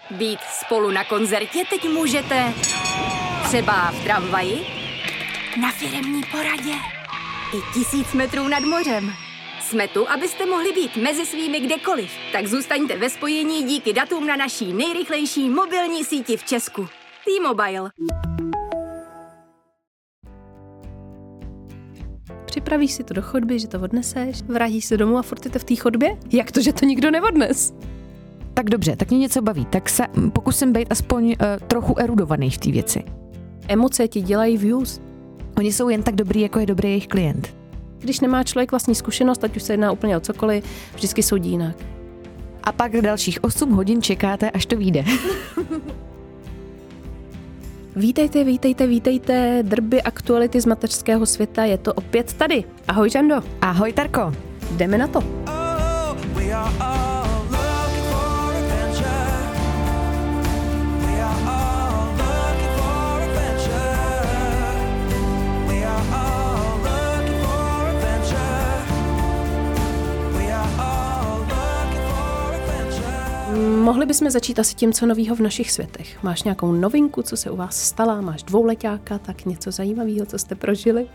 Být spolu na koncertě teď můžete třeba v tramvaji, na firemní poradě i 1000 metrů nad mořem. Jsme tu, abyste mohli být mezi svými kdekoliv. Tak zůstaňte ve spojení díky datům na naší nejrychlejší mobilní síti v Česku. T-Mobile. Připravíš si to do chodby, že to odneseš, vrátíš se domů a furt jste v té chodbě? Jak to, že to nikdo neodnes? Tak dobře, tak mě něco baví, tak se pokusím být aspoň trochu erudovaný v té věci. Emoce ti dělají views. Oni jsou jen tak dobrý, jako je dobrý jejich klient. Když nemá člověk vlastní zkušenost, ať už se jedná úplně o cokoliv, vždycky soudí jinak. A pak dalších 8 hodin čekáte, až to vyjde. Vítejte, drby aktuality z mateřského světa, je to opět tady. Ahoj, Žando. Ahoj, Tarko. Jdeme na to. Mohli bychom začít asi tím, co novýho v našich světech. Máš nějakou novinku, co se u vás stala? Máš dvouleťáka, tak něco zajímavého, co jste prožili?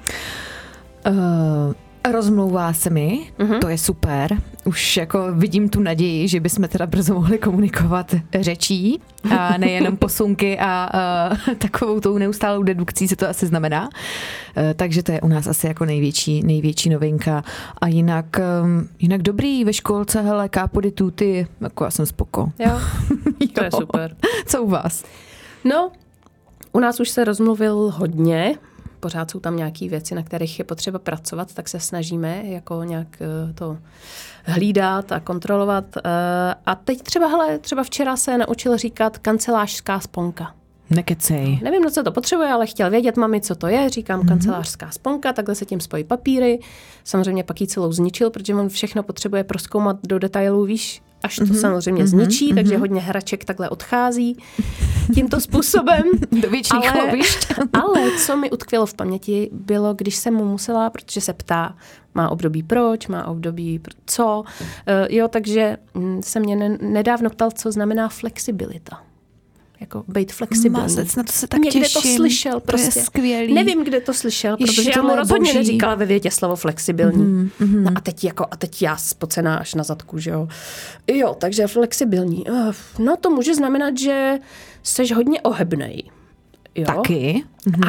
Rozmlouvá se mi, to je super. Už jako vidím tu naději, že bychom teda brzo mohli komunikovat řečí a nejenom posunky a takovou tou neustálou dedukcí se to asi znamená. Takže to je u nás asi jako největší novinka. A jinak dobrý ve školce, hele, kápody tuty, jako já jsem spoko. Jo, to je super. Co u vás? No, u nás už se rozmluvil hodně. Pořád jsou tam nějaké věci, na kterých je potřeba pracovat, tak se snažíme jako nějak to hlídat a kontrolovat. A teď třeba včera se naučil říkat kancelářská sponka. Nekecej. Nevím, co to potřebuje, ale chtěl vědět, mami, co to je. Říkám kancelářská sponka, takhle se tím spojí papíry. Samozřejmě pak ji celou zničil, protože on všechno potřebuje prozkoumat do detailů, víš, až to samozřejmě zničí, takže hodně hraček takhle odchází tímto způsobem. Do věčných lovišť. Ale co mi utkvělo v paměti, bylo, když jsem mu musela, protože se ptá, má období proč, má období co. Takže se mě nedávno ptal, co znamená flexibilita. Jako být flexibilní. Mazec, na to se tak někde těším. To slyšel prostě. To je skvělý. Nevím, kde to slyšel, protože já mu rozhodně neříkala ve větě slovo flexibilní. No a teď já spocená až na zadku, že jo. Jo, takže flexibilní. No to může znamenat, že seš hodně ohebnej. Jo? Taky.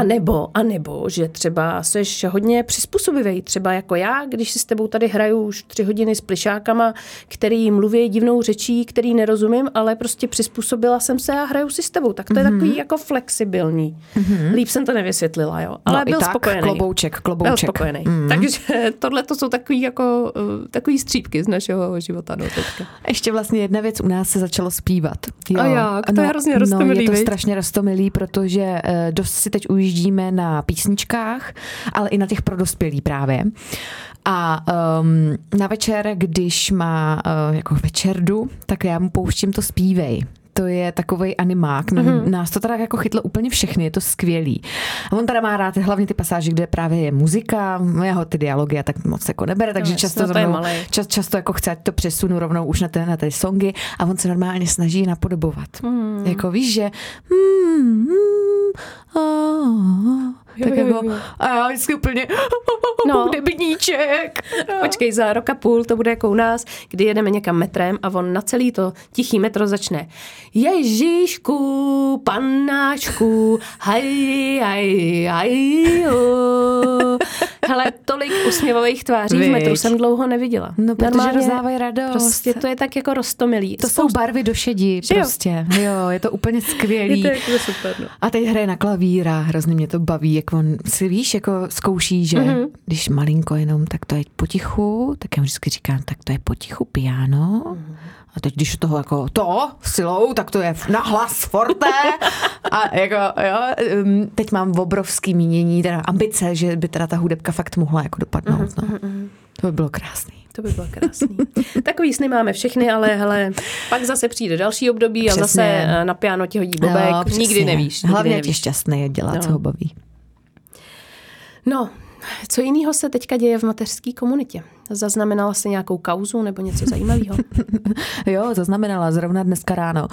A nebo, že třeba seš hodně přizpůsobivej, třeba jako já, když si s tebou tady hraju už 3 hodiny s plišákama, který mluví divnou řečí, který nerozumím, ale prostě přizpůsobila jsem se a hraju si s tebou. Tak to je takový jako flexibilní. Líp jsem to nevysvětlila, jo. Ale byl spokojený. Klobouček. Byl spokojený. Takže tohle to jsou takový střípky z našeho života do teďka. Ještě vlastně jedna věc, u nás se začalo zpívat. Jo. A jak? To je hrozně roztomilý. Je to strašně roztomilý, protože dost si teď ujíždíme na písničkách, ale i na těch pro dospělí právě. A na večer, když má jako večerdu, tak já mu pouštím to Zpívej. To je takovej animák. Nás to teda jako chytlo úplně všechny, je to skvělý. A on teda má rád hlavně ty pasáže, kde právě je muzika, jeho ty dialogy a tak moc jako nebere, takže často jako chce, ať to přesunu rovnou už na ty songy a on se normálně snaží napodobovat. Jako víš, že tak jako a já vždycky úplně hudebníček. Počkej, za rok a půl to bude jako u nás, kdy jedeme někam metrem a on na celý to tichý metro začne Ježíšku, panáčku, haj, hele, tolik usměvavých tváří v metru jsem dlouho neviděla. No, protože rozdávají radost. Prostě to je tak jako roztomilý. To jsou barvy do šedí, prostě. Jo, je to úplně skvělý. Je to jako super, no. A teď hraje na klavír a hrozně mě to baví, jak on si víš, jako zkouší, že když malinko jenom, tak to je potichu, tak já vždycky říkám, tak to je potichu piano. A teď, když toho jako silou, tak to je nahlas forte. A jako, jo, teď mám obrovský mínění, teda ambice, že by teda ta hudebka fakt mohla jako dopadnout. No. To by bylo krásný. To by bylo krásný. Takový sny máme všechny, ale hele, pak zase přijde další období a zase na piano ti hodí bobek. Nikdy nevíš. Hlavně tě šťastný dělat, co ho baví. No, Co jiného se teďka děje v mateřské komunitě? Zaznamenala jsi nějakou kauzu nebo něco zajímavého? Jo, zaznamenala zrovna dneska ráno.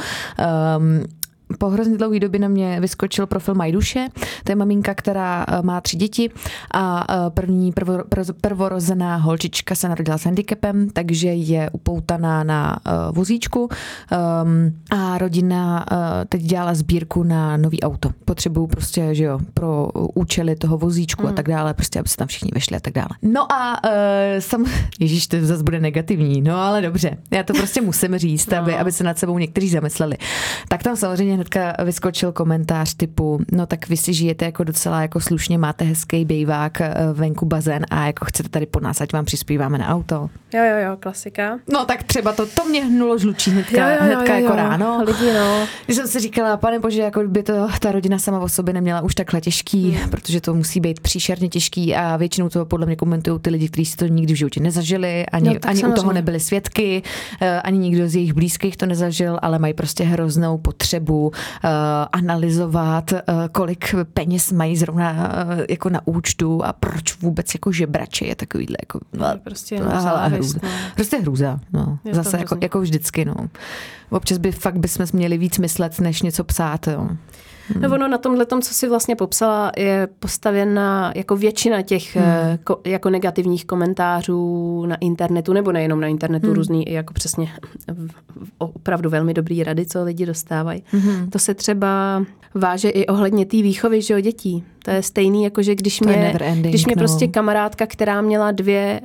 Po hrozně dlouhé době na mě vyskočil profil Majduše. To je maminka, která má 3 děti a první prvorozená holčička se narodila s handicapem, takže je upoutaná na vozíčku a rodina teď dělala sbírku na nový auto. Potřebují prostě, že jo, pro účely toho vozíčku a tak dále, prostě aby se tam všichni vešli a tak dále. No a Ježíš, to zase bude negativní, no ale dobře, já to prostě musím říct, aby se nad sebou někteří zamysleli. Tak tam samozřejmě hnedka vyskočil komentář typu, no tak vy si žijete jako docela jako slušně, máte hezký bejvák, venku bazén a jako chcete tady po nás, ať vám přispíváme na auto. Jo, klasika. No tak třeba to mě hnulo žlučí hnedka jako ráno. Lidi, no. Když jsem si říkala, pane bože, jako by to ta rodina sama o sobě neměla už takhle těžký, protože to musí být příšerně těžký a většinou to podle mě komentují ty lidi, kteří si to nikdy v životě nezažili, ani u toho nebyli svědky, ani nikdo z jejich blízkých to nezažil, ale mají prostě hroznou potřebu analyzovat, kolik peněz mají zrovna jako na účtu a proč vůbec jako žebrače je takovýhle jako prostě hrůza. No. Zase jako vždycky. No. Občas bychom měli víc myslet, než něco psát. Jo. No ono na tomhletom, co si vlastně popsala, je postavěna jako většina těch jako negativních komentářů na internetu, nebo nejenom na internetu, různý jako přesně opravdu velmi dobrý rady, co lidi dostávají. To se třeba váže i ohledně té výchovy, že, dětí. To je stejný, jako že když mě prostě kamarádka, která měla dvě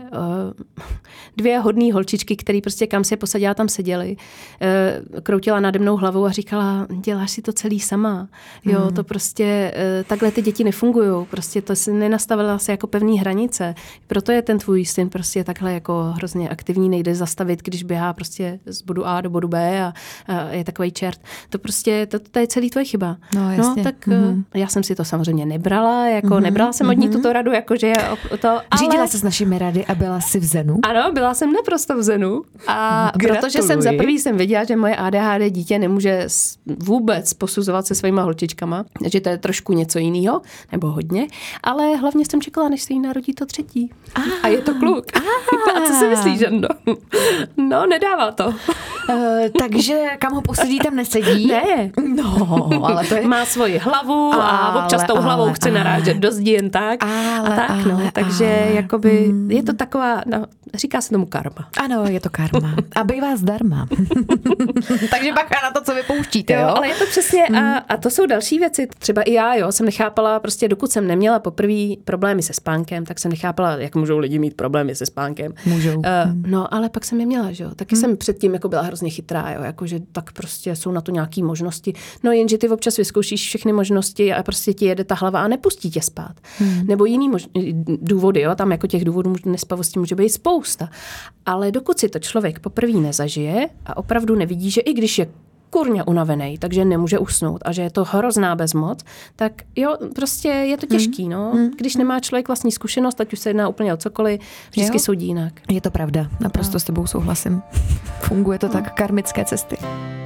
hodný holčičky, který prostě kam se posadila, tam seděli, kroutila nade mnou hlavou a říkala, děláš si to celý sama. Jo, to prostě takhle ty děti nefungujou. Prostě to si nenastavila se jako pevný hranice. Proto je ten tvůj syn prostě takhle jako hrozně aktivní, nejde zastavit, když běhá prostě z bodu A do bodu B a je takovej čert. To prostě, to je celý tvoje chyba. No, jasně. No, tak já jsem si to samozřejmě nebrala, jako nebrala jsem od ní tuto radu, jakože to, ale... Řídila se s našimi rady a byla si v zenu? Ano, byla jsem naprosto v zenu. A protože jsem za prvý věděla, že moje ADHD dítě nemůže vůbec posuzovat se svýma holčičkama, že to je trošku něco jiného, nebo hodně, ale hlavně jsem čekala, než se jí narodí to 3. A je to kluk. A co si myslíš, Žando? No, nedává to. Takže kam ho posadí, tam nesedí? Ne. No, ale to je... Má svoji hlavu a občas tou hlavou chce narážet do zdi jen tak. Takže jakoby je to taková, říká se tomu karma. Ano, je to karma. A bývá zdarma. Takže bacha na to, co vypouštíte, jo? Ale je to přesně, a to jsou další věci. Třeba i já, jsem nechápala, prostě dokud jsem neměla poprvé problémy se spánkem, tak jsem nechápala, jak můžou lidi mít problémy se spánkem. Můžou. No, ale pak jsem je měla, že jo. Taky jsem předtím jako byla hrozně chytrá, jo, jakože tak prostě jsou na to nějaký možnosti. No jenže ty občas vyzkoušíš všechny možnosti a prostě ti jede ta hlava a nepustí tě spát. Nebo jiný důvody, jo, tam jako těch důvodů nespavosti může být spousta. Ale dokud si to člověk poprvé nezažije a opravdu nevidí, že i když je kurně unavený, takže nemůže usnout a že je to hrozná bezmoc, tak jo, prostě je to těžký, no. Když nemá člověk vlastní zkušenost, ať už se jedná úplně o cokoliv, vždycky soudí jinak. Je to pravda, naprosto s tebou souhlasím. Funguje to tak, karmické cesty.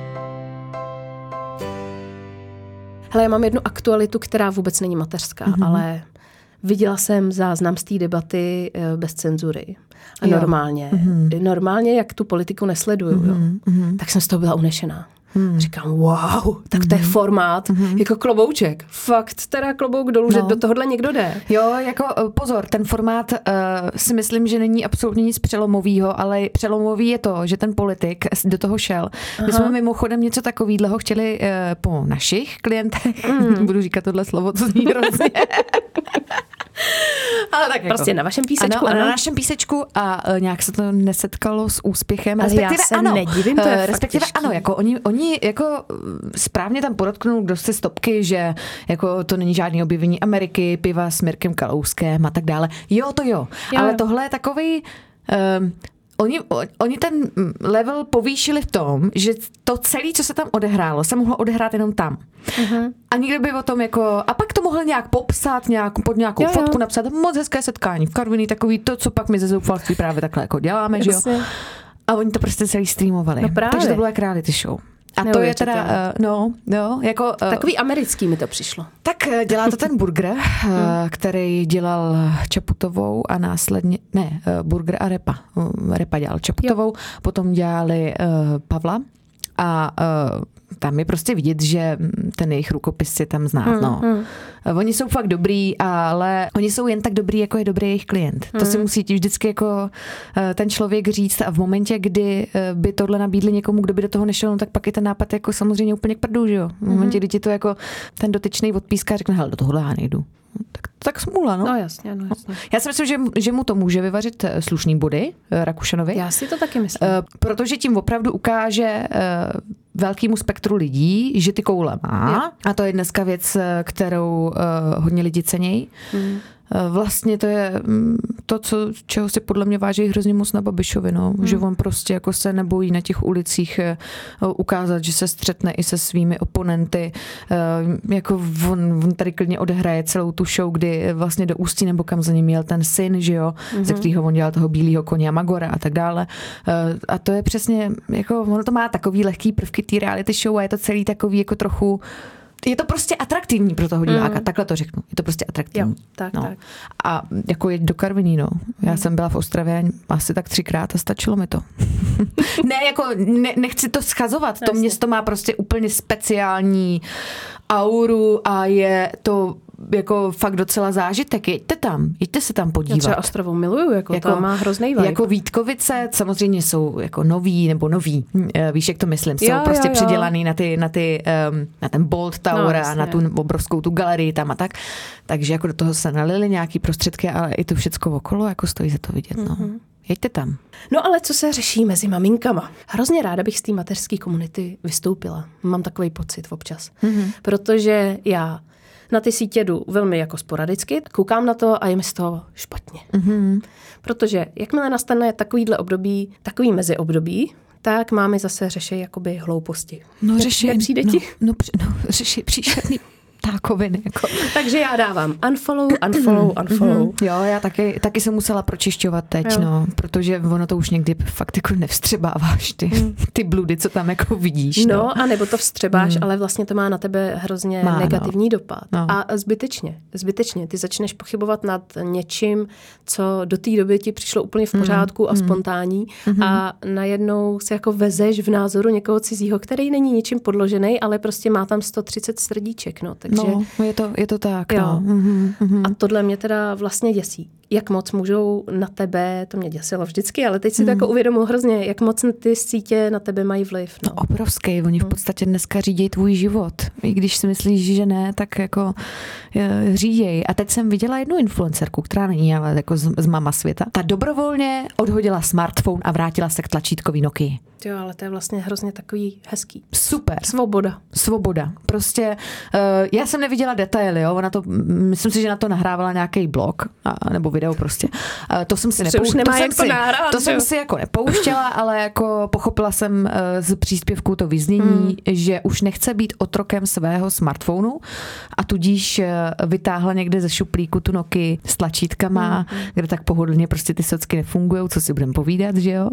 Hele, já mám jednu aktualitu, která vůbec není mateřská, ale viděla jsem záznam z té debaty bez cenzury. A normálně, jak tu politiku nesleduju, tak jsem z toho byla unešená. Říkám, wow, tak to je formát, jako klobouček. Fakt, teda klobouk dolů, že do tohohle někdo jde. Jo, jako pozor, ten formát si myslím, že není absolutně nic přelomového, ale přelomový je to, že ten politik do toho šel. My jsme mimochodem něco takového chtěli po našich klientech, budu říkat tohle slovo, to zní hrozně. Ale tak prostě jako, na vašem písečku. Ano, na našem písečku a nějak se to nesetkalo s úspěchem. Ale já se nedivím, to je respektive ano, jako oni jako správně tam podotknul kdo se stopky, že jako to není žádný objevení Ameriky, piva s Mirkem Kalouskem a tak dále. Jo, to jo. Ale tohle je takovej... Oni ten level povýšili v tom, že to celé, co se tam odehrálo, se mohlo odehrát jenom tam. A nikdo by o tom jako... A pak to mohl nějak popsat, pod nějakou fotku napsat. Moc hezké setkání v Karviní, takový to, co pak my ze zoufalství právě takhle jako děláme, že jo? A oni to prostě celý streamovali. No právě. Takže to bylo jak reality show. A to je teda, jako... Takový americký mi to přišlo. Tak dělá to ten Burger, který dělal Čaputovou a následně, Burger a Repa. Repa dělal Čaputovou, potom dělali Pavla a tam je prostě vidět, že ten jejich rukopis je tam znát, Oni jsou fakt dobrý, ale oni jsou jen tak dobrý, jako je dobrý jejich klient. To si musí vždycky jako ten člověk říct a v momentě, kdy by tohle nabídli někomu, kdo by do toho nešel, no tak pak je ten nápad jako samozřejmě úplně k prdu, že jo. V momentě, kdy ti to jako ten dotyčný odpíská, řekne, hele, do tohle já nejdu. Tak smůla, no. No jasně. Já si myslím, že mu to může vyvařit slušný body Rakušanovi. Já si to taky myslím. Protože tím opravdu ukáže velkému spektru lidí, že ty koule má. A to je dneska věc, kterou hodně lidi cenějí. Vlastně to je to, čeho si podle mě váží hrozně moc na Babišovi, že on prostě jako se nebojí na těch ulicích ukázat, že se střetne i se svými oponenty, jako on tady klidně odehraje celou tu show, kdy vlastně do Ústí nebo kam za ním jel ten syn, že jo, ze kterého on dělal toho bílého koně a Magora a tak dále. A to je přesně, jako ono to má takový lehký prvky té reality show a je to celý takový jako trochu. Je to prostě atraktivní pro toho diváka, takhle to řeknu. Je to prostě atraktivní. Jo, tak. A jako je do Karviní, Já jsem byla v Ostravě asi tak 3krát a stačilo mi to. Nechci to schazovat. To město má prostě úplně speciální auru a je to jako fakt docela zážitek. Jeďte se tam podívat. Já třeba Ostravu miluju, jako to má hrozný vibe. Jako Vítkovice samozřejmě jsou jako noví, víš, jak to myslím, jsou prostě přidělaný na ten Bolt Tower a na tu obrovskou tu galerii tam a tak. Takže jako do toho se nalili nějaký prostředky, ale i to všecko okolo, jako stojí za to vidět, Jeďte tam. No ale co se řeší mezi maminkama? Hrozně ráda bych z té mateřské komunity vystoupila. Mám takový pocit občas. Protože já na ty sítě jdu velmi jako sporadicky, koukám na to a je mi z toho špatně. Protože jakmile nastane takovýhle období, takový meziobdobí, tak máme zase řešit jakoby hlouposti. Nepřijde ti? Řeší příšerný tákoviny. Jako. Takže já dávám unfollow. Jo, já taky jsem musela pročišťovat teď, protože ono to už někdy fakt jako nevstřebáváš ty bludy, co tam jako vidíš. No, a nebo to vstřebáš, ale vlastně to má na tebe hrozně negativní dopad. A zbytečně. Ty začneš pochybovat nad něčím, co do té doby ti přišlo úplně v pořádku a spontánní a najednou se jako vezeš v názoru někoho cizího, který není ničím podložený, ale prostě má tam 130 srdíček, takže je to tak. Jo. A tohle mě teda vlastně děsí. Jak moc můžou na tebe, to mě děsilo vždycky, ale teď si to jako uvědomuji hrozně, jak moc ty sítě na tebe mají vliv. No obrovský, oni v podstatě dneska řídějí tvůj život. I když si myslíš, že ne, tak jako řídějí. A teď jsem viděla jednu influencerku, která není, ale jako z mama světa. Ta dobrovolně odhodila smartphone a vrátila se k tlačítkový Nokii. Jo, ale to je vlastně hrozně takový hezký. Super. Svoboda. Prostě já jsem neviděla detaily, jo. Ona to, myslím si, že na to nahrávala nějaký blog nebo video prostě. To jsem si to jsem si jako nepouštěla, ale jako pochopila jsem z příspěvku to vyznění, že už nechce být otrokem svého smartphonu a tudíž vytáhla někde ze šuplíku tu Nokii s tlačítkama, kde tak pohodlně prostě ty socky nefungujou, co si budeme povídat, že jo?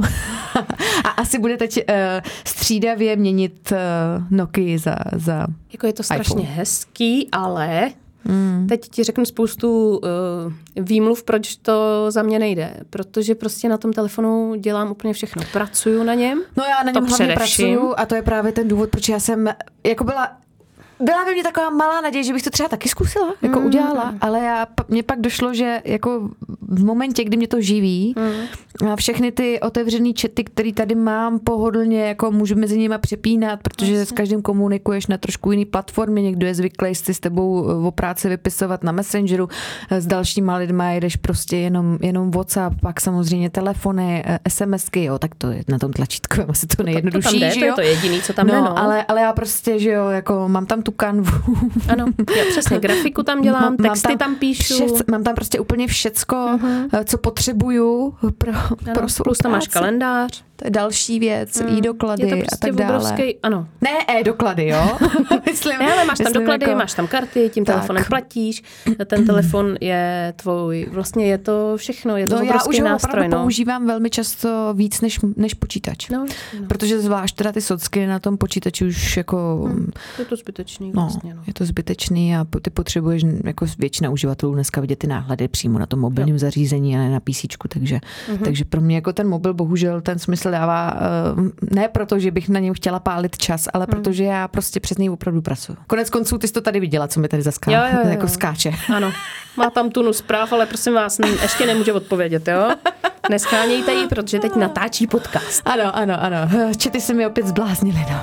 A asi bude teď střídavě měnit Nokii za jako je to strašně hezký, ale teď ti řeknu spoustu výmluv, proč to za mě nejde. Protože prostě na tom telefonu dělám úplně všechno. Pracuju na něm. No já na něm hlavně pracuju a to je právě ten důvod, proč já jsem jako byla ve mně taková malá naděje, že bych to třeba taky zkusila, jako udělala, ale mně pak došlo, že jako v momentě, kdy mě to živí a všechny ty otevřený chaty, který tady mám pohodlně, jako můžu mezi nimi přepínat, protože s každým komunikuješ na trošku jiný platformě, někdo je zvyklý si s tebou o práci vypisovat na Messengeru, s dalšíma lidma jedeš prostě jenom WhatsApp, pak samozřejmě telefony, SMSky, jo, tak to je na tom tlačítku asi to nejjednodušší, že jo? To je to jediný, co tam jde, no. Ale já prostě, že jo, jako mám tam tu kanvu. Ano, já přesně grafiku tam dělám, texty tam píšu. Mám tam prostě úplně všecko, co potřebuju pro svou plus tam máš kalendář. to je další věc, e-doklady je to prostě a tak dále. obrovský, ano. Ne e-doklady, jo? Ne, ale máš tam doklady, máš tam karty, tím telefonem platíš, ten telefon je tvůj, vlastně je to všechno, je to obrovský nástroj. Já už ho používám velmi často víc než počítač. No. Protože zvlášť teda ty socky na tom počítači už jako... Je to zbytečný vlastně. No. Je to zbytečný a ty potřebuješ, jako většina uživatelů dneska vidět ty náhledy přímo na tom mobilním zařízení a ne na PCčku, takže pro mě jako ten mobil bohužel ten smysl dává, ne proto, že bych na něm chtěla pálit čas, ale protože já prostě přes něj opravdu pracuji. Konec konců ty jsi to tady viděla, co mi tady jako skáče. Ano, má tam tunu zpráv, ale prosím vás, ještě nemůže odpovědět, jo? Neschánějte ji, protože teď natáčí podcast. Ano. Čety se mi opět zbláznily, no.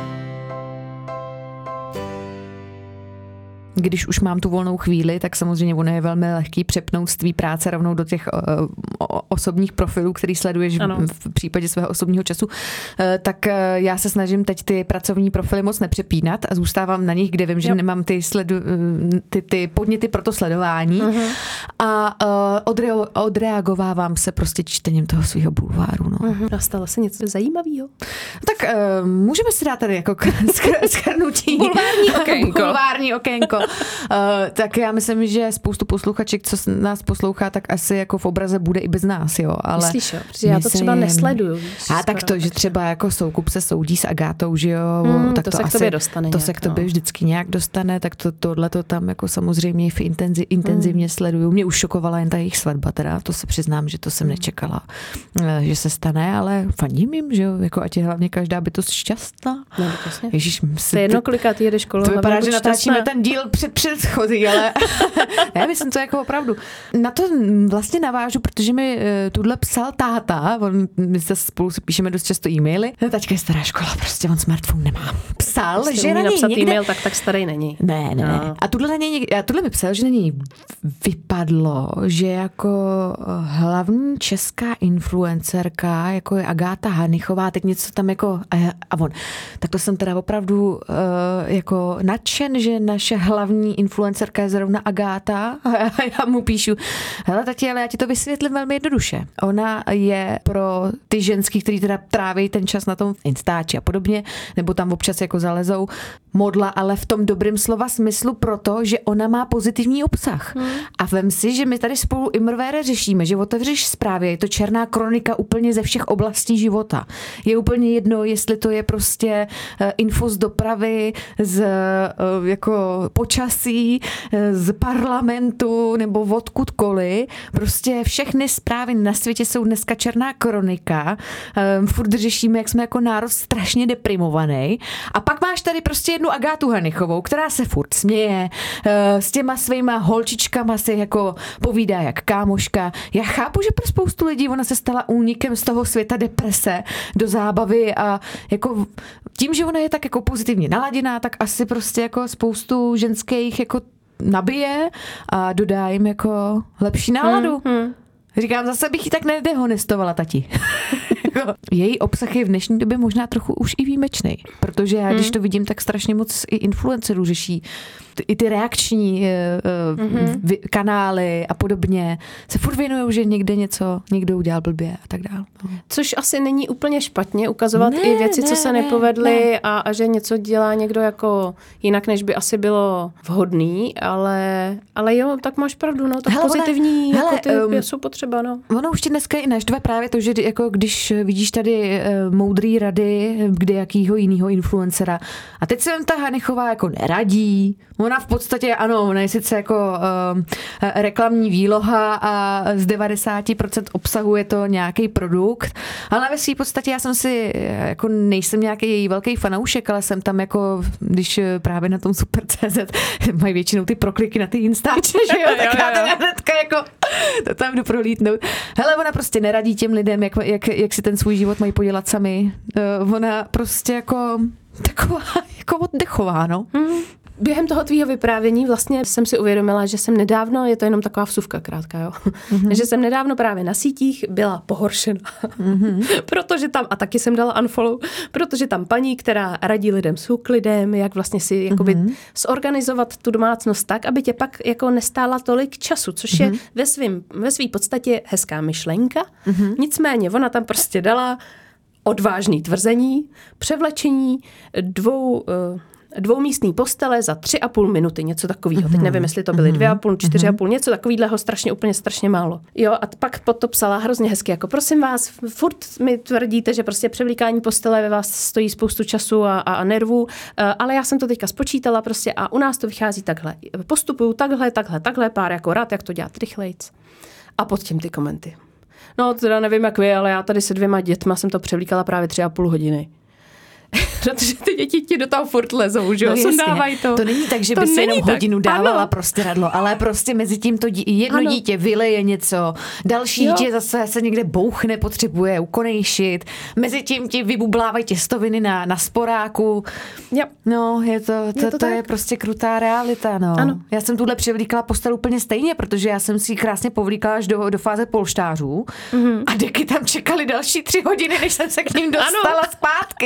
Když už mám tu volnou chvíli, tak samozřejmě ono je velmi lehký přepnout z tvý práce rovnou do těch osobních profilů, který sleduješ v případě svého osobního času. Tak já se snažím teď ty pracovní profily moc nepřepínat a zůstávám na nich, kde vím, že nemám ty podněty pro to sledování. A odreagovávám se prostě čtením toho svého bulváru. No. A stalo se něco zajímavého? Tak můžeme si dát tady jako shrnutí. Bulvární okénko. Tak já myslím, že spoustu posluchaček, co nás poslouchá, tak asi jako v obraze bude i bez nás, jo. Ale myslíš, jo? Protože já to třeba nesleduju. A tak to, že třeba jako Soukup se soudí s Agátou, že jo, tak to se k tobě dostane. To se k tobě vždycky nějak dostane, tak tohle to tam jako samozřejmě intenzivně sleduju. Mě už šokovala jen ta jejich svatba, teda to se přiznám, že to jsem nečekala, že se stane, ale fandím jim, že jo, jako ať je hlavně každá bytost šťastná. No, jasně. Ježíš, to je jedno, kolikátý jedeš kolo. To vypadá, že natáčíme ten díl předchozí, ale ne, myslím to jako opravdu. Na to vlastně navážu, protože mi tuhle psal táta, my se spolu si píšeme dost často e-maily. Taťka je stará škola, prostě on smartphone nemá. Psal, že na něj někde... e-mail, tak starý není. Ne. No. A tohle mi psal, že na něj vypadlo, že jako hlavní česká influencerka, jako je Agáta Hanichová, teď něco tam jako a on. Tak to jsem teda opravdu jako nadšen, že naše hlavní influencerka je zrovna Agáta a já mu píšu, hele tati, ale já ti to vysvětlím velmi jednoduše. Ona je pro ty ženský, který teda tráví ten čas na tom Instači a podobně, nebo tam občas jako zalezou, modla, ale v tom dobrým slova smyslu proto, že ona má pozitivní obsah. A vem si, že my tady spolu Imrvére řešíme, že otevřeš zprávy, je to černá kronika úplně ze všech oblastí života. Je úplně jedno, jestli to je prostě info z dopravy, z jako počasí, z parlamentu nebo odkudkoliv. Prostě všechny zprávy na světě jsou dneska černá kronika. Furt řešíme, jak jsme jako národ strašně deprimovaný. A pak máš tady prostě jednu Agátu Hanichovou, která se furt směje, s těma svýma holčičkama si jako povídá jak kámoška. Já chápu, že pro spoustu lidí ona se stala únikem z toho světa deprese do zábavy a jako tím, že ona je tak jako pozitivně naladěná, tak asi prostě jako spoustu ženských jako nabije a dodá jim jako lepší náladu. Říkám, zase bych ji tak nedehonestovala, tati. Její obsah je v dnešní době možná trochu už i výjimečný, protože já, když to vidím, tak strašně moc i influencerů řeší i ty reakční kanály a podobně. Se furt věnujou, že někdo udělal blbě a tak dále. Což asi není úplně špatně ukazovat i věci, co se nepovedly a že něco dělá někdo jako jinak, než by asi bylo vhodný, ale jo, tak máš pravdu, no, tak pozitivní jako ty jsou potřeba, no. Ono už ti dneska i naštve právě to, že jako když vidíš tady moudrý rady, kde jakýho jinýho influencera a teď se ta Hanichová jako neradí, ona v podstatě, ano, ona je sice jako reklamní výloha a z 90% obsahu je to nějaký produkt, ale ve své podstatě já jsem si, jako nejsem nějaký její velký fanoušek, ale jsem tam jako, když právě na tom Super.cz mají většinou ty prokliky na ty Instače, že jo, tak já teda hnedka jako to tam jdu prolítnout. Hele, ona prostě neradí těm lidem, jak si ten svůj život mají podělat sami. Ona prostě jako taková jako oddechová, no. Během toho tvýho vyprávění vlastně jsem si uvědomila, že jsem nedávno, je to jenom taková vsuvka krátká, jo, že jsem nedávno právě na sítích byla pohoršena, protože tam, a taky jsem dala unfollow, protože tam paní, která radí lidem s lidem, jak vlastně si jakoby zorganizovat tu domácnost tak, aby tě pak jako nestála tolik času, což je ve svý podstatě hezká myšlenka, nicméně ona tam prostě dala odvážný tvrzení, převlečení dvoumístný postele za 3,5 minuty, něco takového. Teď nevím, jestli to byly 2,5, 4,5, něco takového, strašně málo. Jo, a pak to psala hrozně hezky, jako prosím vás, furt mi tvrdíte, že prostě převlíkání postele ve vás stojí spoustu času a nervů, ale já jsem to teďka spočítala prostě a u nás to vychází takhle. Postupuju takhle, pár jako rad, jak to dělat rychlejc. A pod tím ty komenty. No, teda nevím, jak vy, ale já tady se 2 dětma jsem to převlíkala právě 3,5 hodiny. Protože ty děti ti do toho furt lezou, že jo, sundávají to. To není tak, že by se jenom hodinu dávala prostěradlo, ale prostě mezi tím to jedno dítě vyleje něco, další dítě zase se někde bouchne, potřebuje ukonejšit, mezi tím ti vybublávají těstoviny na sporáku. Jo. No, to je prostě krutá realita, no. Ano. Já jsem tuhle převlíkala postel úplně stejně, protože já jsem si ji krásně povlíkala až do fáze polštářů a deky tam čekaly další 3 hodiny, než jsem se k ním dostala zpátky.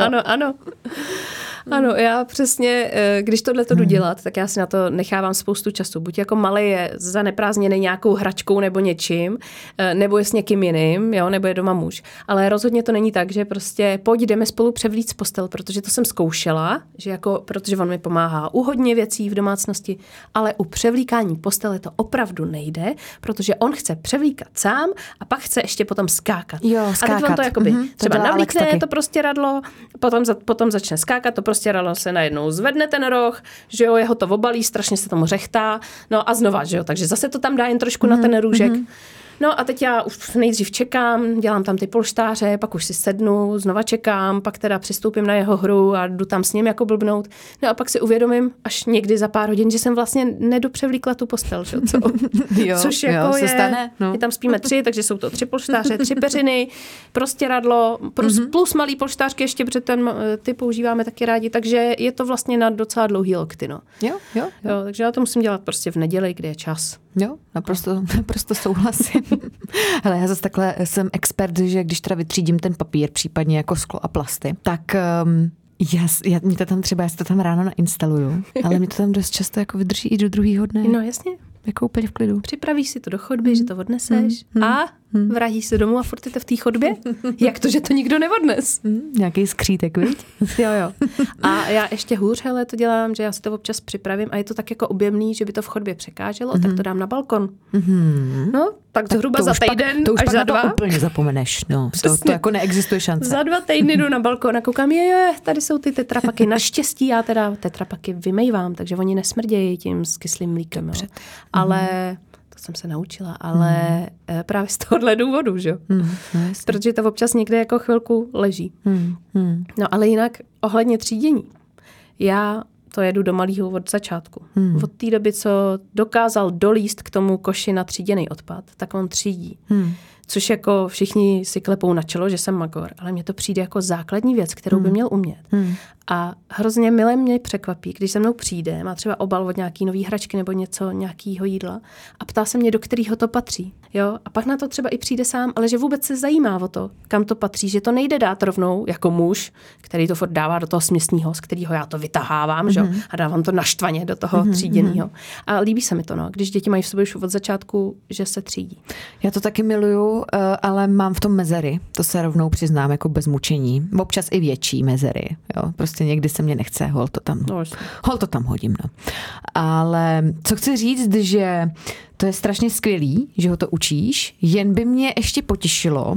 Ano, já přesně, když tohle to jdu dělat, tak já si na to nechávám spoustu času. Buď jako malý je zaneprázdněný nějakou hračkou nebo něčím, nebo je s někým jiným, jo, nebo je doma muž. Ale rozhodně to není tak, že prostě pojď, jdeme spolu převlíct postel, protože to jsem zkoušela, že jako, protože on mi pomáhá u hodně věcí v domácnosti, ale u převlíkání postele to opravdu nejde, protože on chce převlíkat sám a pak chce ještě potom skákat. Jo, skákat. A teď on to jakoby třeba navlíkne to prostě radlo, potom začne skákat, to prostě ráno se najednou zvedne ten roh, že jo, jeho to obalí, strašně se tomu řechtá, no a znova, že jo, takže zase to tam dá jen trošku na ten růžek. No a teď já už nejdřív čekám, dělám tam ty polštáře, pak už si sednu, znova čekám, pak teda přistoupím na jeho hru a jdu tam s ním jako blbnout. No a pak si uvědomím až někdy za pár hodin, že jsem vlastně nedopřevlíkla tu postel, že co? Což jako se stane. No. My tam spíme 3, takže jsou to 3 polštáře, 3 peřiny, prostěradlo, plus malý polštářky ještě, protože ty používáme taky rádi, takže je to vlastně na docela dlouhý lokty, no. Jo. Takže já to musím dělat prostě v neděli, kdy je čas. Jo, naprosto souhlasím. Hele, já zase takhle jsem expert, že když teda vytřídím ten papír, případně jako sklo a plasty, tak já si to tam ráno nainstaluju, ale mě to tam dost často jako vydrží i do druhého dne. No jasně. Jako úplně v klidu. Připravíš si to do chodby, že to odneseš a vrátíš se domů a furt jste v té chodbě? Jak to, že to nikdo neodnes? Nějaký skřítek, viď? Jo. A já ještě hůř, hele, to dělám, že já si to občas připravím a je to tak jako objemný, že by to v chodbě překáželo, tak to dám na balkon. No, tak zhruba to za týden to už až za 2. To úplně zapomeneš, no. To jako neexistuje šance. Za 2 týdny jdu na balkon a koukám, tady jsou ty tetrapaky. Naštěstí já teda tetrapaky vymejvám, takže oni nesmrdějí tím s kyslým mlíkem. Ale to jsem se naučila, ale právě z tohohle důvodu, že jo? Protože to občas někde jako chvilku leží. No ale jinak ohledně třídění. Já to jedu do malýho od začátku. Od té doby, co dokázal dolíst k tomu koši na tříděný odpad, tak on třídí. Což jako všichni si klepou na čelo, že jsem magor, ale mně to přijde jako základní věc, kterou by měl umět. A hrozně milé mě překvapí, když se mnou přijde, má třeba obal od nějaký nový hračky nebo něco, nějakýho jídla a ptá se mě, do kterého to patří. Jo? A pak na to třeba i přijde sám, ale že vůbec se zajímá o to, kam to patří, že to nejde dát rovnou jako muž, který to furt dává do toho směsního, z kterého já to vytahávám, že? A dávám to naštvaně do toho tříděného. A líbí se mi to, no, když děti mají v sobě už od začátku, že se třídí. Já to taky miluju, ale mám v tom mezery. To se rovnou přiznám jako bez mučení. Občas i větší mezery. Jo? Prostě někdy se mě nechce, hol to tam hodím. No. Ale co chci říct, že to je strašně skvělý, že ho to učíš, jen by mě ještě potěšilo,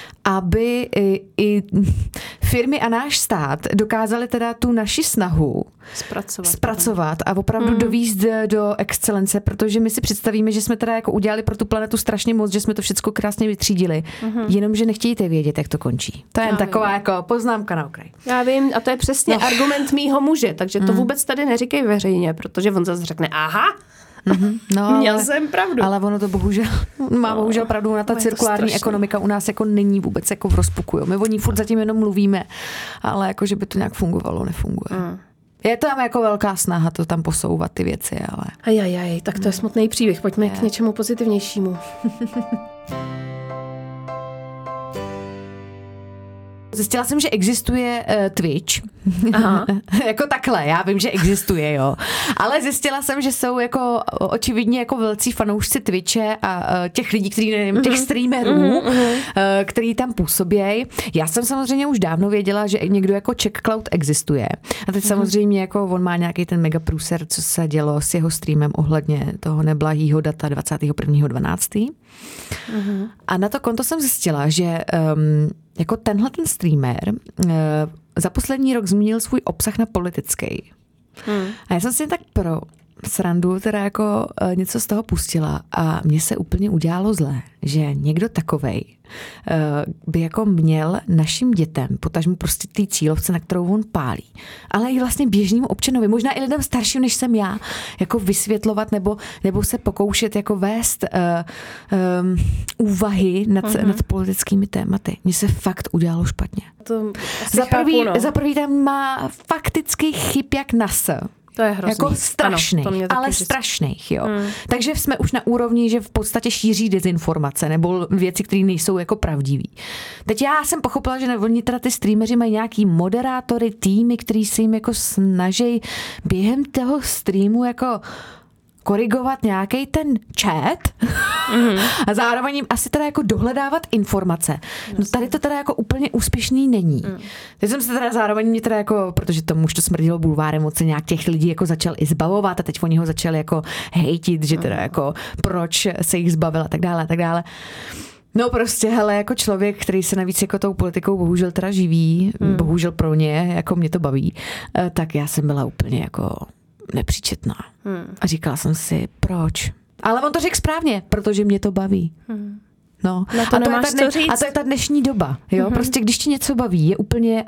aby i firmy a náš stát dokázali teda tu naši snahu zpracovat a opravdu dovízt do excelence, protože my si představíme, že jsme teda jako udělali pro tu planetu strašně moc, že jsme to všechno krásně vytřídili, jenomže nechtějte vědět, jak to končí. To je jen taková jako poznámka na okraj. Já vím, a to je přesně argument mýho muže, takže to vůbec tady neříkej veřejně, protože on zase řekne, aha, měl jsem pravdu. Ale ono to bohužel má pravdu, ona ta cirkulární ekonomika u nás jako není vůbec jako v rozpuku. Jo. My o ní furt zatím jenom mluvíme, ale jako, že by to nějak fungovalo, nefunguje. Je tam jako velká snaha to tam posouvat ty věci, ale... Ajajaj, tak to je smutný příběh, pojďme k něčemu pozitivnějšímu. zjistila jsem, že existuje Twitch. Aha. Jako takhle, já vím, že existuje, jo. Ale zjistila jsem, že jsou jako očividně jako velcí fanoušci Twitche a těch lidí, kteří nevím, těch streamerů, který tam působějí. Já jsem samozřejmě už dávno věděla, že někdo jako CheckCloud existuje. A teď samozřejmě jako on má nějaký ten mega průser, co se dělo s jeho streamem ohledně toho neblahýho data 21.12. A na to konto jsem zjistila, že jako tenhle ten streamer za poslední rok změnil svůj obsah na politický. A já jsem si tak pro srandu teda jako něco z toho pustila a mně se úplně udělalo zlé, že někdo takovej by jako měl našim dětem, potažmu prostě té cílovce, na kterou on pálí, ale i vlastně běžnému občanovi, možná i lidem starším, než jsem já, jako vysvětlovat nebo se pokoušet jako vést úvahy nad politickými tématy. Mně se fakt udělalo špatně. Za prvý tam má fakticky chyb jak nasa. To je hrozný. Jako strašných, ale strašných, jo. Takže jsme už na úrovni, že v podstatě šíří dezinformace nebo věci, které nejsou jako pravdivý. Teď já jsem pochopila, že oni teda ty streameři mají nějaký moderátory, týmy, který se jim jako snaží během toho streamu jako korigovat nějaký ten chat a zároveň jim asi teda jako dohledávat informace. No tady to teda jako úplně úspěšný není. Teď jsem se teda zároveň mě teda jako, protože tomu už to smrdilo bulvárem, moc se nějak těch lidí jako začal i zbavovat a teď oni ho začali jako hejtit, že teda jako proč se jich zbavil a tak dále a tak dále. No prostě, hele, jako člověk, který se navíc jako tou politikou bohužel teda živí, bohužel pro ně, jako mě to baví, tak já jsem byla úplně jako nepříčetná. A říkala jsem si, proč? Ale on to řekl správně, protože mě to baví. No. A to je ta dnešní doba. Jo? Prostě když ti něco baví, je úplně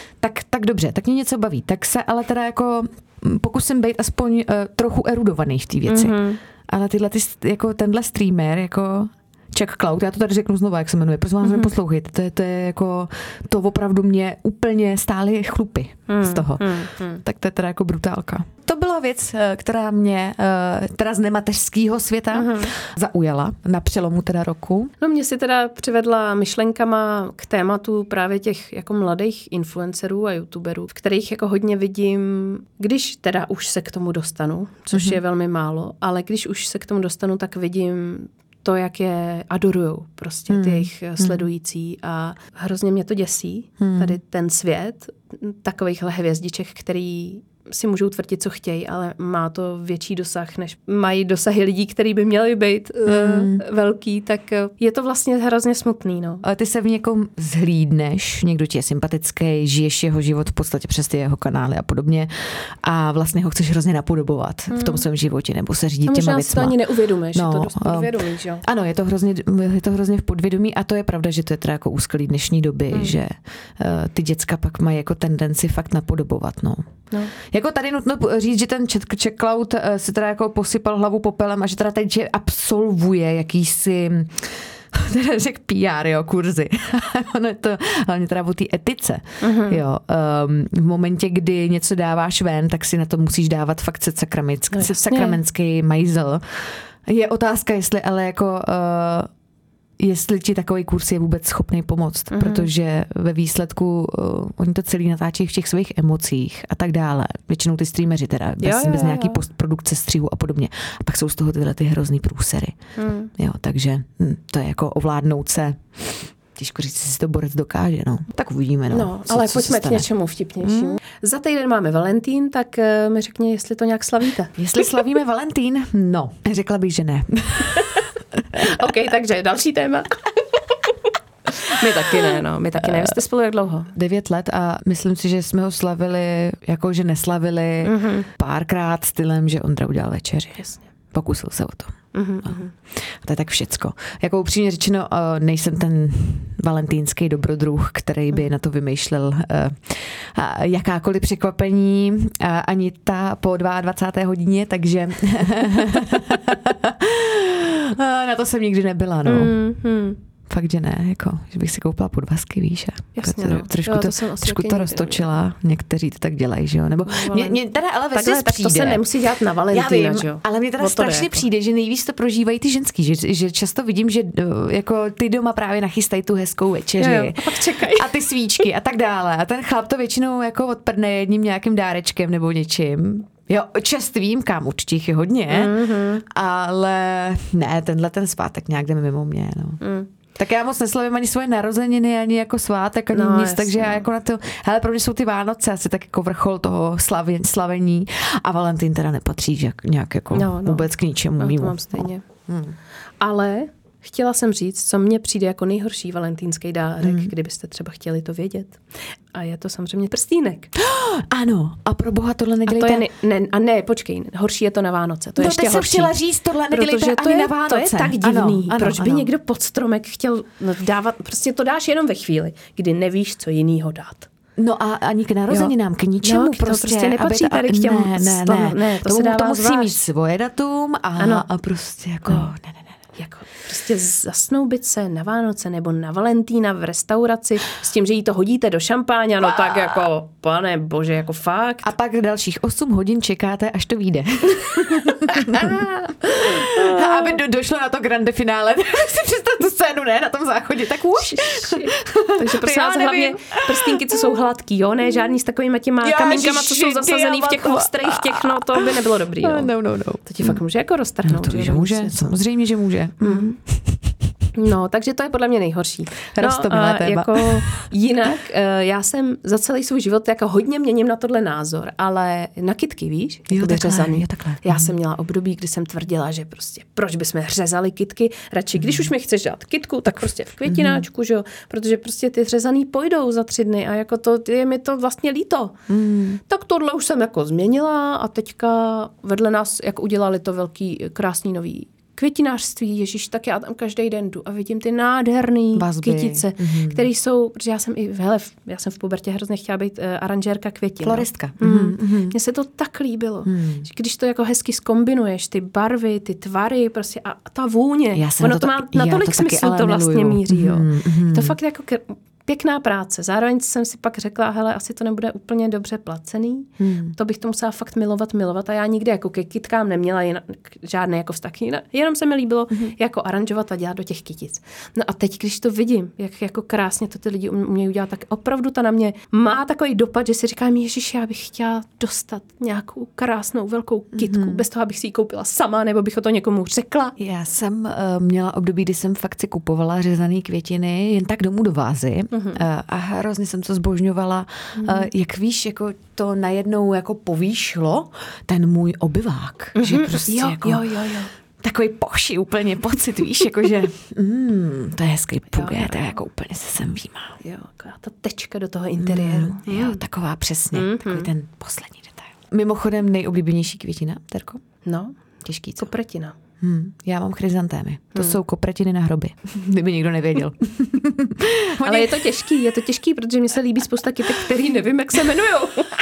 tak dobře, tak mě něco baví. Tak se ale teda jako pokusím být aspoň trochu erudovaný v té věci. Ale jako tenhle streamer, jako CheckCloud, já to tady řeknu znovu, jak se jmenuje, prosím vás, poslouchejte, to je jako, to opravdu mě úplně stály chlupy z toho. Tak to je teda jako brutálka. To byla věc, která mě teda z nemateřského světa zaujala na přelomu teda roku. No mě si teda přivedla myšlenkama k tématu právě těch jako mladých influencerů a youtuberů, v kterých jako hodně vidím, když teda už se k tomu dostanu, což je velmi málo, ale když už se k tomu dostanu, tak vidím to, jak je adorujou prostě ty jejich sledující a hrozně mě to děsí, tady ten svět takovýchhle hvězdiček, který si můžou tvrdit, co chtějí, ale má to větší dosah, než mají dosahy lidí, který by měli být velký, tak je to vlastně hrozně smutný. No. Ale ty se v někom zhlídneš, někdo ti je sympatický, žiješ jeho život v podstatě přes ty jeho kanály a podobně a vlastně ho chceš hrozně napodobovat v tom svém životě nebo se řídit těma věcma. Možná si to ani neuvědomíš, no, je to dost podvědomí, že jo? Ano, je to hrozně v podvědomí a to je pravda, že to je teda jako úskalí dnešní doby, že ty děcka pak mají jako tendenci fakt napodobovat, no. Jako tady nutno říct, že ten CheckCloud se teda jako posypal hlavu popelem a že teda teď absolvuje jakýsi řekl PR, jo, kurzy. Ono je to hlavně teda o té etice. Jo. V momentě, kdy něco dáváš ven, tak si na to musíš dávat fakt sakramentský majzel. Je otázka, jestli ale jako jestli ti takový kurz je vůbec schopný pomoct, protože ve výsledku oni to celý natáčejí v těch svých emocích a tak dále. Většinou ty streameři teda, bez nějaký postprodukce, střihu a podobně. A pak jsou z toho tyhle ty hrozný průsery. Jo, takže to je jako ovládnout se. Těžko říct, si to borec dokáže, no. Tak uvidíme, no. Ale pojďme k něčemu vtipnějšímu. Za týden máme Valentín, tak mi řekni, jestli to nějak slavíte. Jestli slavíme Valentín? No, řekla bych, že ne. OK, takže další téma. My taky ne, no. My taky ne. Vy jste spolu jak dlouho? 9 let a myslím si, že jsme ho slavili, jako že neslavili párkrát stylem, že Ondra udělal večeři. Jasně. Pokusil se o to. A to je tak všecko. Jako upřímně řečeno, nejsem ten valentýnský dobrodruh, který by na to vymýšlel jakákoliv překvapení, ani ta po 22. hodině, takže na to jsem nikdy nebyla, no. Fakt, že ne, jako, že bych si koupila podvazky, víš, jasně, no. trošku to roztočila, někteří to tak dělají, že jo, nebo mě teda ale takhle, tak to se nemusí dělat na Valentína, že jo. Ale mě teda strašně přijde, že nejvíc to prožívají ty ženský, že často vidím, že jako ty doma právě nachystají tu hezkou večeři jo, a pak čekají. A ty svíčky a tak dále a ten chlap to většinou jako odprdne jedním nějakým dárečkem nebo něčím. Jo, čest výjimkám, určitě je hodně, ale ne, ten svátek nějak jde mimo mě, no. Tak já moc neslavím ani svoje narozeniny, ani jako svátek, ani nic, takže já jako na to, hele, pro mě jsou ty Vánoce asi tak jako vrchol toho slavení a Valentín teda nepatří že nějak jako vůbec k ničemu mimo. To mám stejně. Ale chtěla jsem říct, co mně přijde jako nejhorší valentýnský dárek, kdybyste třeba chtěli to vědět. A je to samozřejmě prstýnek. Ano, a pro boha tohle nedělejte. Ne, počkej, horší je to na Vánoce. To je ještě horší. Chtěla říct, tohle nedělejte ani na Vánoce. To je tak divný. Proč by někdo pod stromek chtěl dávat, prostě to dáš jenom ve chvíli, kdy nevíš, co jinýho dát. No a ani k narozeninám, k ničemu prostě nepatří tady k těm. Ne, to musí mít svoje datum a prostě jako ne. Jako prostě zasnoubit se na Vánoce nebo na Valentína v restauraci s tím, že jí to hodíte do šampáně, no tak jako, pane bože, jako fakt. A pak dalších 8 hodin čekáte, až to vyjde. Aby došlo na to grande finále. Si představ tu scénu, ne, na tom záchodě, tak už. Takže prosím vás, hlavně prstínky, co jsou hladký, jo, ne, žádný s takovýma těma kamínkama, co jsou zasazený v těch ostrých těch, no to by nebylo dobrý, jo. No. To ti fakt může jako roztrhnout. No to víš, že může, samozřejmě, že může. No, takže to je podle mě nejhorší. Roztomilé téma. Jako jinak, já jsem za celý svůj život jako hodně měním na tohle názor, ale na kytky, víš? Jo, takhle. Já jsem měla období, kdy jsem tvrdila, že prostě proč bychom řezali kytky, radši když už mi chceš dát kytku, tak prostě v květináčku, že jo? Protože prostě ty řezaný pojdou za 3 dny a jako to je mi to vlastně líto. Tak tohle už jsem jako změnila a teďka vedle nás, jak udělali to velký krásný nový květinářství, ježiš, tak já tam každý den jdu a vidím ty nádherný kytice, které jsou, protože já jsem v pubertě hrozně chtěla být aranžérka květin. Floristka. Mně se to tak líbilo. Když to jako hezky zkombinuješ, ty barvy, ty tvary, prostě a ta vůně. Ono to má natolik smysl, to vlastně míří, jo. To fakt jako pěkná práce. Zároveň jsem si pak řekla, hele, asi to nebude úplně dobře placený. To bych to musela fakt milovat a já nikdy jako ke kytkám neměla žádný jako vztah. Jenom se mi líbilo jako aranžovat a dělat do těch kytic. No a teď, když to vidím, jak jako krásně to ty lidi umějí udělat, tak opravdu to na mě má takový dopad, že si říkám, ježiš, já bych chtěla dostat nějakou krásnou velkou kytku, bez toho, abych si ji koupila sama, nebo bych o to někomu řekla. Já jsem měla období, kdy jsem fakt si kupovala řezané květiny jen tak domů do vázy. A hrozně jsem to zbožňovala. Jak víš, jako to najednou jako povýšlo ten můj obyvák. Že prostě jako takový poši úplně pocit, víš, jakože to je hezký puget, to je jako úplně se sem výmá. Jo, taková ta tečka do toho interiéru. Jo, taková přesně, takový ten poslední detail. Mimochodem nejoblíbenější květina, Terko? No, těžký, co? Kopretina. Já mám chryzantémy. To jsou kopretiny na hroby. Kdyby nikdo nevěděl. Ale je to těžký, protože mi se líbí spousta kytek, který nevím, jak se jmenujou.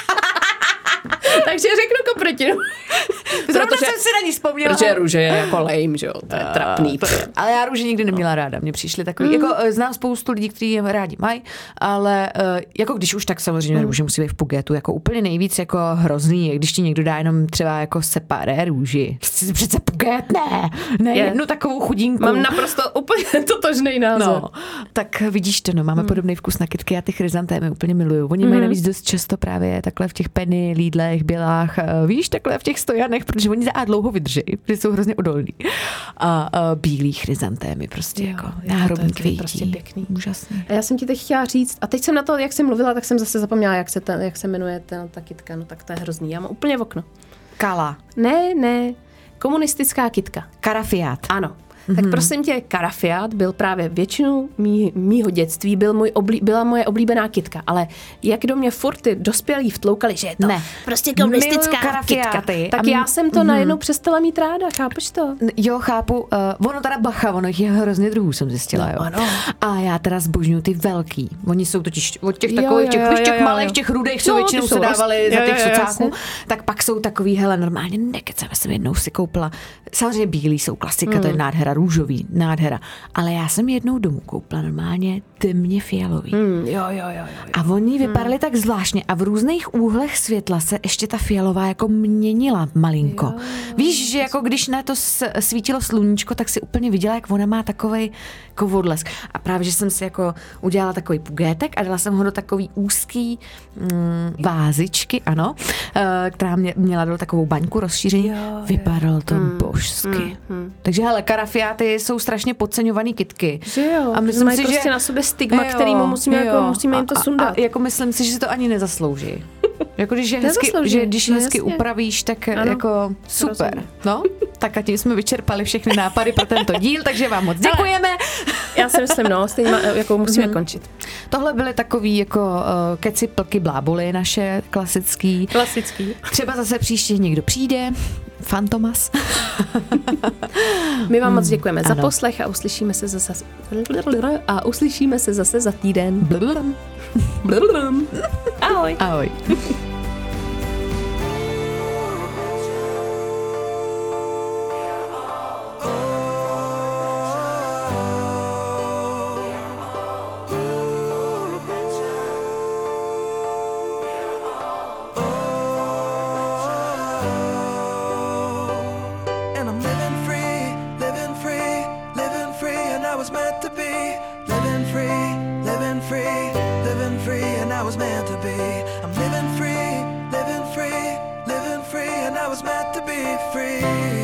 Takže řeknu kopretinu. Zrovna jsem si na ní vzpomněla. Protože růže je jako lame, že jo, to je trapný. Ale já růže nikdy neměla ráda. Mně přišly takový, jako znám spoustu lidí, kteří je rádi mají, ale jako když už tak samozřejmě růže musí být v pugetu, jako úplně nejvíc jako hrozný, když ti někdo dá jenom třeba jako separé růži. Přece puget, ne jednu takovou chudinku. Mám naprosto úplně totožný názor. No, tak vidíš to, máme podobný vkus na kytky, já ty chryzantémy úplně miluju. Oni mají navíc dost často právě takhle v těch Penny, Lidlech, Bělách, víš, takhle v těch stojanech, protože oni dlouho vydrží, protože jsou hrozně odolní. A bílý chryzantémy prostě jako náhrobní květí. Prostě pěkný. Úžasný. A já jsem ti teď chtěla říct, a teď jsem na to, jak jsem mluvila, tak jsem zase zapomněla, jak se jmenuje ta kytka, no tak to je hrozný. Já mám úplně v okno. Kala. Ne, komunistická kytka. Karafiát. Ano. Tak prosím tě, karafiát byl právě většinu mýho dětství, byla moje oblíbená kytka, ale jak do mě furt ty dospělí vtloukali, že je to prostě komunistická kytka, tak já jsem to najednou přestala mít ráda, chápeš to? Jo, chápu. Ono teda bacha, ono je hrozně druhů, jsem zjistila, jo. Ano. A já teda zbožňuju ty velký. Oni jsou totiž od těch takových, těch malých, těch rudých, co většinou se dávali za těch socáků, tak pak jsou takový, hele, normálně nekeceme, jsem jednou si koupila. Samozřejmě bílý jsou klasika, to je nádhera. teda růžový, nádhera. Ale já jsem jednou domů koupila normálně temně fialový. Jo. A oni vypadaly tak zvláštně a v různých úhlech světla se ještě ta fialová jako měnila malinko. Jo. Víš, že jako když na to svítilo sluníčko, tak si úplně viděla, jak ona má takovej jako odlesk. A právě, že jsem si jako udělala takový pugétek a dala jsem ho do takový úzký vázičky, ano, která měla do takovou baňku rozšíření. Vypadalo to božsky. Takže hele, karafiáty jsou strašně podceňovaný kytky. Že jo, a myslím mají si, prostě že na sobě stigma, kterýmu musíme jim to sundat. A jako myslím si, že si to ani nezaslouží. Jako když je hezky upravíš, tak ano, jako super. Rozumím. No, tak a tím jsme vyčerpali všechny nápady pro tento díl, takže vám moc děkujeme. Já si myslím, stejně jako musíme končit. Tohle byly takový jako keci, plky, bláboli naše klasický. Třeba zase příště někdo přijde. Fantomas. My vám moc děkujeme za poslech a uslyšíme se zase za týden. Ahoj. Ahoj. I was meant to be free.